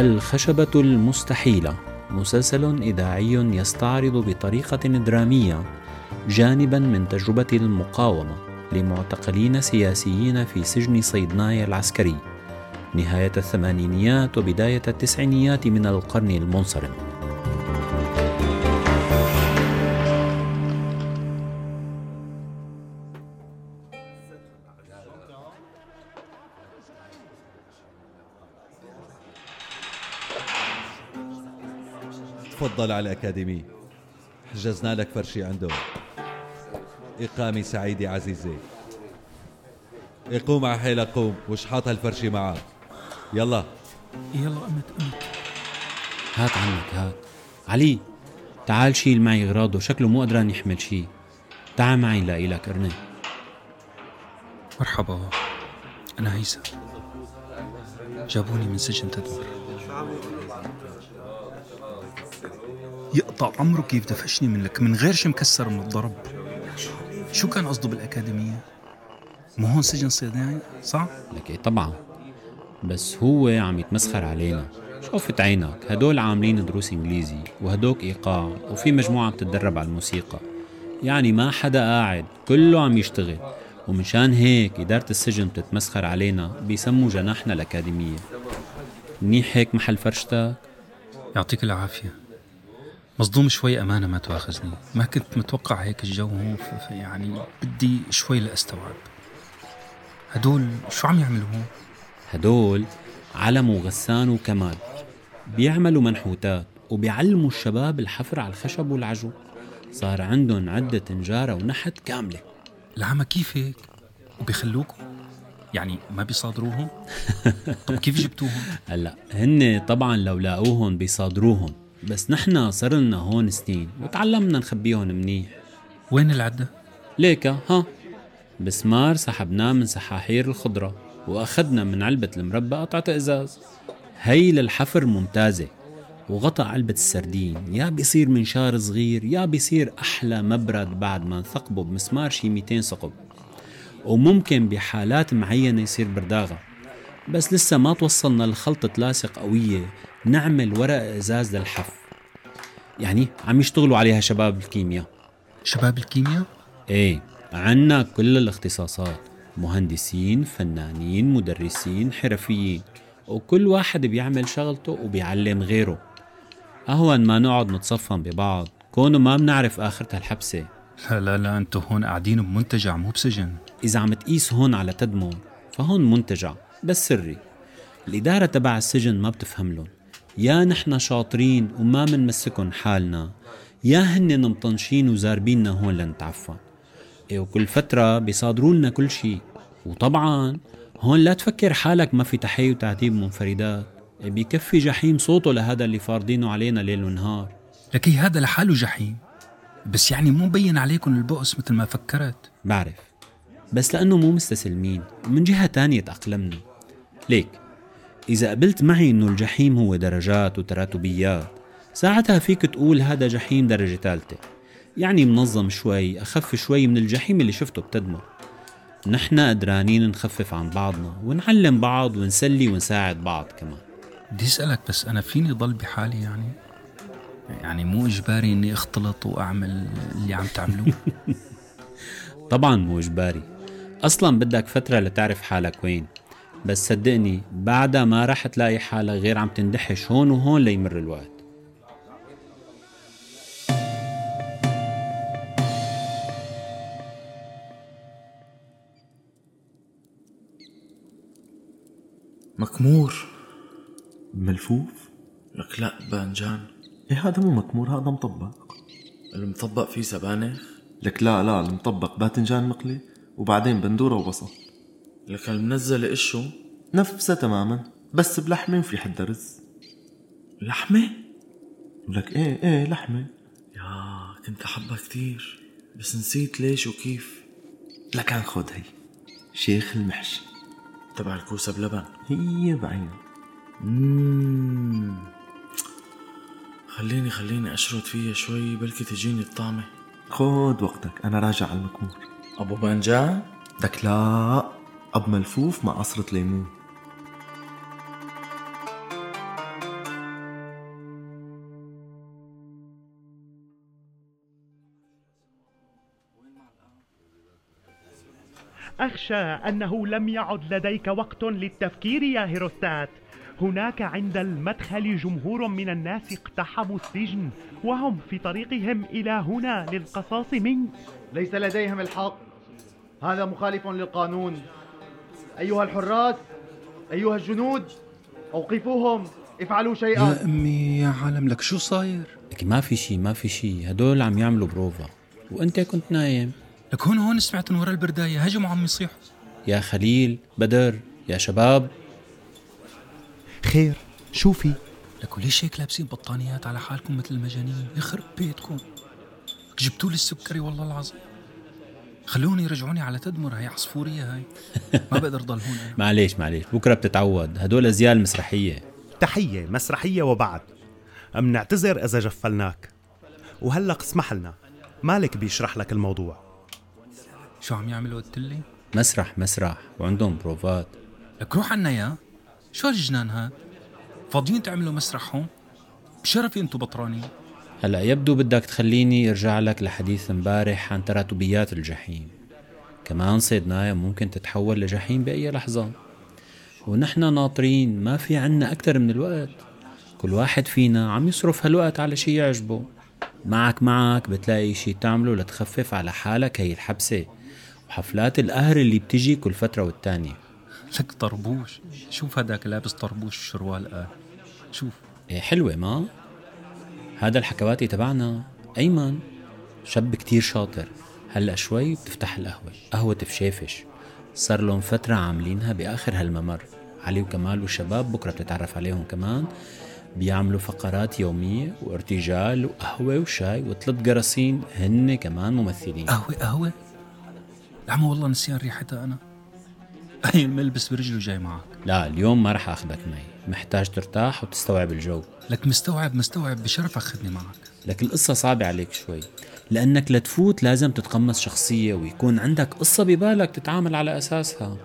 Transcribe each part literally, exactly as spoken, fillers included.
الخشبة المستحيلة، مسلسل إذاعي يستعرض بطريقة درامية جانبا من تجربة المقاومة لمعتقلين سياسيين في سجن صيدنايا العسكري نهاية الثمانينيات وبداية التسعينيات من القرن المنصرم. تفضل على الأكاديمية، حجزنا لك فرشي عندهم. إقامة سعيدة عزيزي. قوم على حيلك، قوم وشحاط هالفرشي معك. يلا يلا أمت أمت هات عنك هات. علي تعال شيل معي غراضه، شكله مو قدران يحمل شي. تعال معي لاقي لك قرنة. مرحبا، أنا هيثم، جابوني من سجن تدمر. يقطع عمره كيف دفشني من لك من غير شي مكسر من الضرب. شو كان قصده بالأكاديمية؟ مو هون سجن صيدنايا صح؟ لك إيه طبعا، بس هو عم يتمسخر علينا. شوفت عينك، هدول عاملين دروس إنجليزي وهدوك إيقاع وفي مجموعة بتتدرب على الموسيقى، يعني ما حدا قاعد، كله عم يشتغل. ومشان هيك إدارة السجن بتتمسخر علينا، بيسموا جناحنا الأكاديمية. منيح هيك محل فرشتك؟ يعطيك العافية. مصدوم شوي أمانة، ما تواخذني، ما كنت متوقع هيك الجو هون، يعني بدي شوي لأستوعب. هدول شو عم يعملوا هون؟ هدول علم وغسان وكمال، بيعملوا منحوتات وبيعلموا الشباب الحفر على الخشب والعجو. صار عندهم عدة نجارة ونحت كاملة. العمى كيف هيك؟ وبيخلوكم؟ يعني ما بيصادروهم؟ طب كيف جبتوهم؟ هلا هن طبعا لو لاقوهم بيصادروهم، بس نحنا صرنا هون سنين وتعلمنا نخبيهم منيح. وين العدة؟ ليكا ها، بسمار سحبناه من سحاحير الخضرة وأخذنا من علبة المربى قطعة إزاز. هي للحفر ممتازة، وغطى علبة السردين يا بيصير منشار صغير يا بيصير أحلى مبرد بعد ما نثقبه بمسمار شي مئتين ثقب، وممكن بحالات معينة يصير برداغة. بس لسه ما توصلنا لخلطة لاصق قوية نعمل ورق إزاز للحف. يعني عم يشتغلوا عليها شباب الكيمياء. شباب الكيمياء؟ ايه، عنا كل الاختصاصات، مهندسين، فنانين، مدرسين، حرفيين، وكل واحد بيعمل شغلته وبيعلم غيره. أهون ما نقعد نتصفن ببعض كونه ما بنعرف آخرتها الحبسة. لا لا لا، انتو هون قاعدين بمنتجع مو بسجن. إذا عم تقيس هون على تدمر فهون منتجع بس سري. الإدارة تبع السجن ما بتفهم لهم، يا نحن شاطرين وما منمسكن حالنا، يا هن مطنشين وزاربيننا هون لنتعفن. إيه، وكل فترة بيصادروا لنا كل شيء. وطبعا هون لا تفكر حالك ما في تحية وتعذيب منفردات، إيه بيكفي جحيم صوته لهذا اللي فارضينه علينا ليل ونهار. لكي هذا لحاله جحيم، بس يعني مو مبين عليكم البؤس مثل ما فكرت. بعرف، بس لأنه مو مستسلمين، ومن جهة تانية تأقلمنا. ليك إذا قبلت معي إنه الجحيم هو درجات وتراتبيات، ساعتها فيك تقول هذا جحيم درجة ثالثة، يعني منظم شوي، أخف شوي من الجحيم اللي شفته بتدمر. نحن قدرانين نخفف عن بعضنا ونعلم بعض ونسلي ونساعد بعض كمان. بدي أسألك، بس أنا فيني ضل بحالي؟ يعني يعني مو إجباري إني أختلط وأعمل اللي عم تعملوه؟ طبعا مو إجباري، أصلا بدك فترة لتعرف حالك وين. بس صدقني بعدها ما راح تلاقي حالك غير عم تندحش هون وهون ليمر الوقت. مكمور ملفوف؟ لك لا، بانجان. ايه هذا مو مكمور، هذا مطبق. المطبق فيه سبانخ؟ لك لا لا، المطبق باذنجان مقلي وبعدين بندورة وبصل. لك المنزل إشو؟ نفسه تماما، بس بلحمة وفي حدة رز. لحمة؟ لك ايه ايه لحمة. يا كنت أحبها كتير، بس نسيت ليش وكيف. لك خد هي شيخ المحشي تبع الكوسة بلبن. هي بعين. مم. خليني خليني أشرد فيها شوي، بلكي تجيني الطعمة. خد وقتك، أنا راجع على المكمور. أبو بانجان؟ لك لا، أب ملفوف مع عصرة ليمون. أخشى أنه لم يعد لديك وقت للتفكير يا هيروستات. هناك عند المدخل جمهور من الناس اقتحموا السجن، وهم في طريقهم إلى هنا للقصاص منك. ليس لديهم الحق، هذا مخالف للقانون. أيها الحراس، أيها الجنود، أوقفوهم، افعلوا شيئا. يا أمي يا عالم، لك شو صاير؟ لك ما في شي ما في شي، هدول عم يعملوا بروفا وانت كنت نايم. لك هون هون سمعت من ورا البرداية هجموا عم يصيحوا. يا خليل بدر يا شباب. خير شو في؟ لك وليش هيك لابسين بطانيات على حالكم مثل المجانين؟ يخرب بيتكم، جبتوا لي السكري والله العظيم. خلوني يرجعوني على تدمر، هاي عصفورية هاي. ما بقدر ضل هون أنا. معليش معليش بكرة بتتعود، هدول أزيال مسرحية. تحية مسرحية وبعد منعتذر إذا جفلناك. وهلق اسمح لنا، مالك بيشرح لك الموضوع. شو عم يعملوا قلت لي؟ مسرح مسرح وعندهم بروفات. لك روح عنا يا شو هالجنان هاد؟ فاضيين تعملوا مسرح هون؟ بشرفي انتو بطرانين. هلأ يبدو بدك تخليني ارجع لك لحديث امبارح عن تراتبيات الجحيم. كمان صيدنايا ممكن تتحول لجحيم بأي لحظة، ونحن ناطرين، ما في عنا أكتر من الوقت. كل واحد فينا عم يصرف هالوقت على شي يعجبه. معك معك بتلاقي شي تعمله لتخفف على حالك هي الحبسة وحفلات القهر اللي بتجي كل فترة والتانية. لك طربوش، شوف هداك لابس طربوش شروال قال. شوف ايه حلوة ما؟ هذا الحكواتي تبعنا أيمن شاب كتير شاطر. هلأ شوي بتفتح القهوة، قهوة فشافش، صار لهم فترة عاملينها بآخر هالممر. علي وكمال والشباب بكرة بتتعرف عليهم كمان. بيعملوا فقرات يومية وارتجال وقهوة وشاي وثلاث جراسين، هن كمان ممثلين. قهوة قهوة؟ العمى والله نسيان ريحتها أنا. هاي الملبس برجله جاي معك. لا اليوم ما رح أخدك معي، محتاج ترتاح وتستوعب الجو. لك مستوعب مستوعب بشرف أخذني معك. لك القصة صعبة عليك شوي، لأنك لتفوت لازم تتقمص شخصية ويكون عندك قصة ببالك تتعامل على أساسها.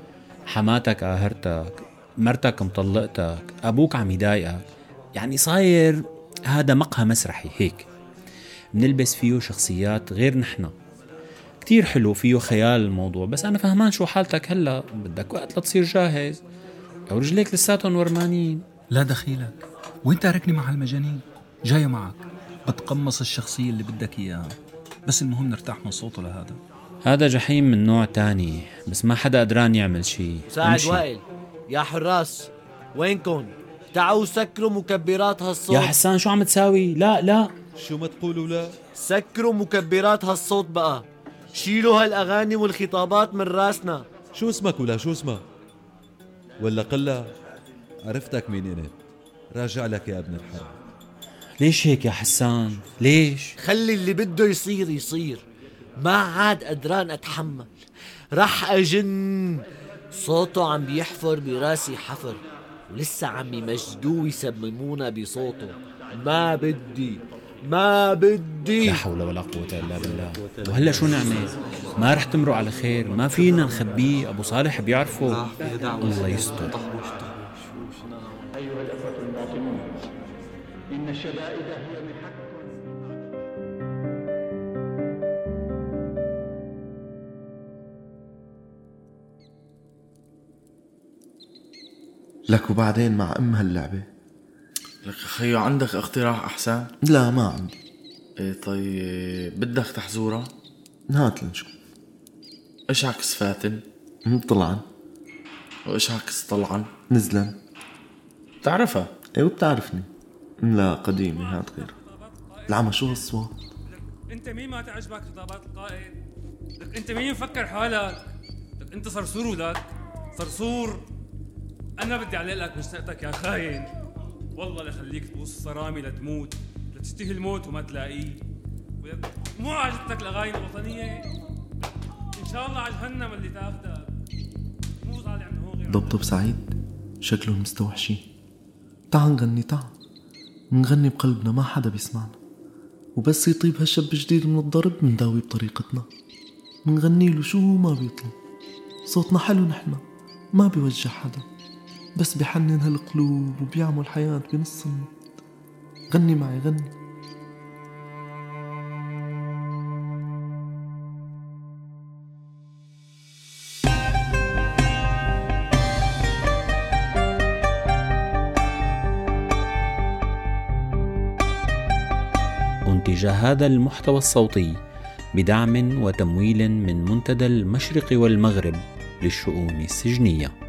حماتك قاهرتك، مرتك مطلقتك، أبوك عم يضايقك، يعني صاير هذا مقهى مسرحي هيك بنلبس فيه شخصيات غير نحنا. كتير حلو فيه خيال الموضوع، بس أنا فهمان شو حالتك هلأ، بدك وقت لتصير جاهز أو رجليك لساتهم ورمانين. لا دخيلك، وين تاركني مع هالمجانين؟ جاي معك بتقمص الشخصية اللي بدك إياها، بس المهم نرتاح من صوته. لهذا هذا جحيم من نوع تاني، بس ما حدا قدران يعمل شي. ساعد وائل يا حراس، وينكن؟ تعالوا سكروا مكبرات هالصوت. يا حسان شو عم تساوي؟ لا لا شو ما تقولوا لا. سكروا مكبرات هالصوت بقى، شيلوا هالأغاني والخطابات من راسنا. شو اسمك ولا شو اسمك؟ ولا قلة عرفتك مين انت. راجع لك يا ابن الحرام. ليش هيك يا حسان؟ ليش؟ خلي اللي بده يصير يصير، ما عاد قدران أتحمل، رح أجن. صوته عم بيحفر براسي حفر، ولسه عم يمجدوه ويسممونا بصوته. ما بدي ما بدي. لا حول ولا قوة إلا بالله. وهلا شو نعمل؟ ما رح تمرق على خير، ما فينا نخبيه، أبو صالح بيعرفه. الله يستر. إن الشدائد هي من حق. لك وبعدين مع أم هاللعبة؟ لك خيو عندك اقتراح أحسن؟ لا ما عندي. ايه طيب بدك تحزورة؟ هات لنشوف. إيش عكس فاتن؟ طلعا. وإيش عكس طلعا؟ نزلا. تعرفها؟ ايه وبتعرفني. لا قديمة، هات غيرها. العمى شو هالصوت؟ انت مين ما تعجبك خطابات القائد؟ لك انت مين مفكر حالك؟ لك انت صرصور ولك صرصور. انا بدي اعلق مشتقتك يا خاين، والله لخليك تبوس صرامي لتموت، لتشتهي الموت وما تلاقيه. مو عجبتك الاغاني الوطنيه؟ ان شاء الله على جهنم اللي تاخدك. مو طالع من هون غير ضبضب سعيد شكلهم مستوحشين. تعال نغني، تعال نغني بقلبنا، ما حدا بيسمعنا، وبس يطيب هالشب جديد من الضرب منداوي بطريقتنا. منغني له شو ما بيطلب، صوتنا حلو نحنا، ما بيوجع حدا، بس بيحنن هالقلوب وبيعمل حياة بنص النت. غني معي غني. يرجى هذا المحتوى الصوتي بدعم وتمويل من منتدى المشرق والمغرب للشؤون السجنية.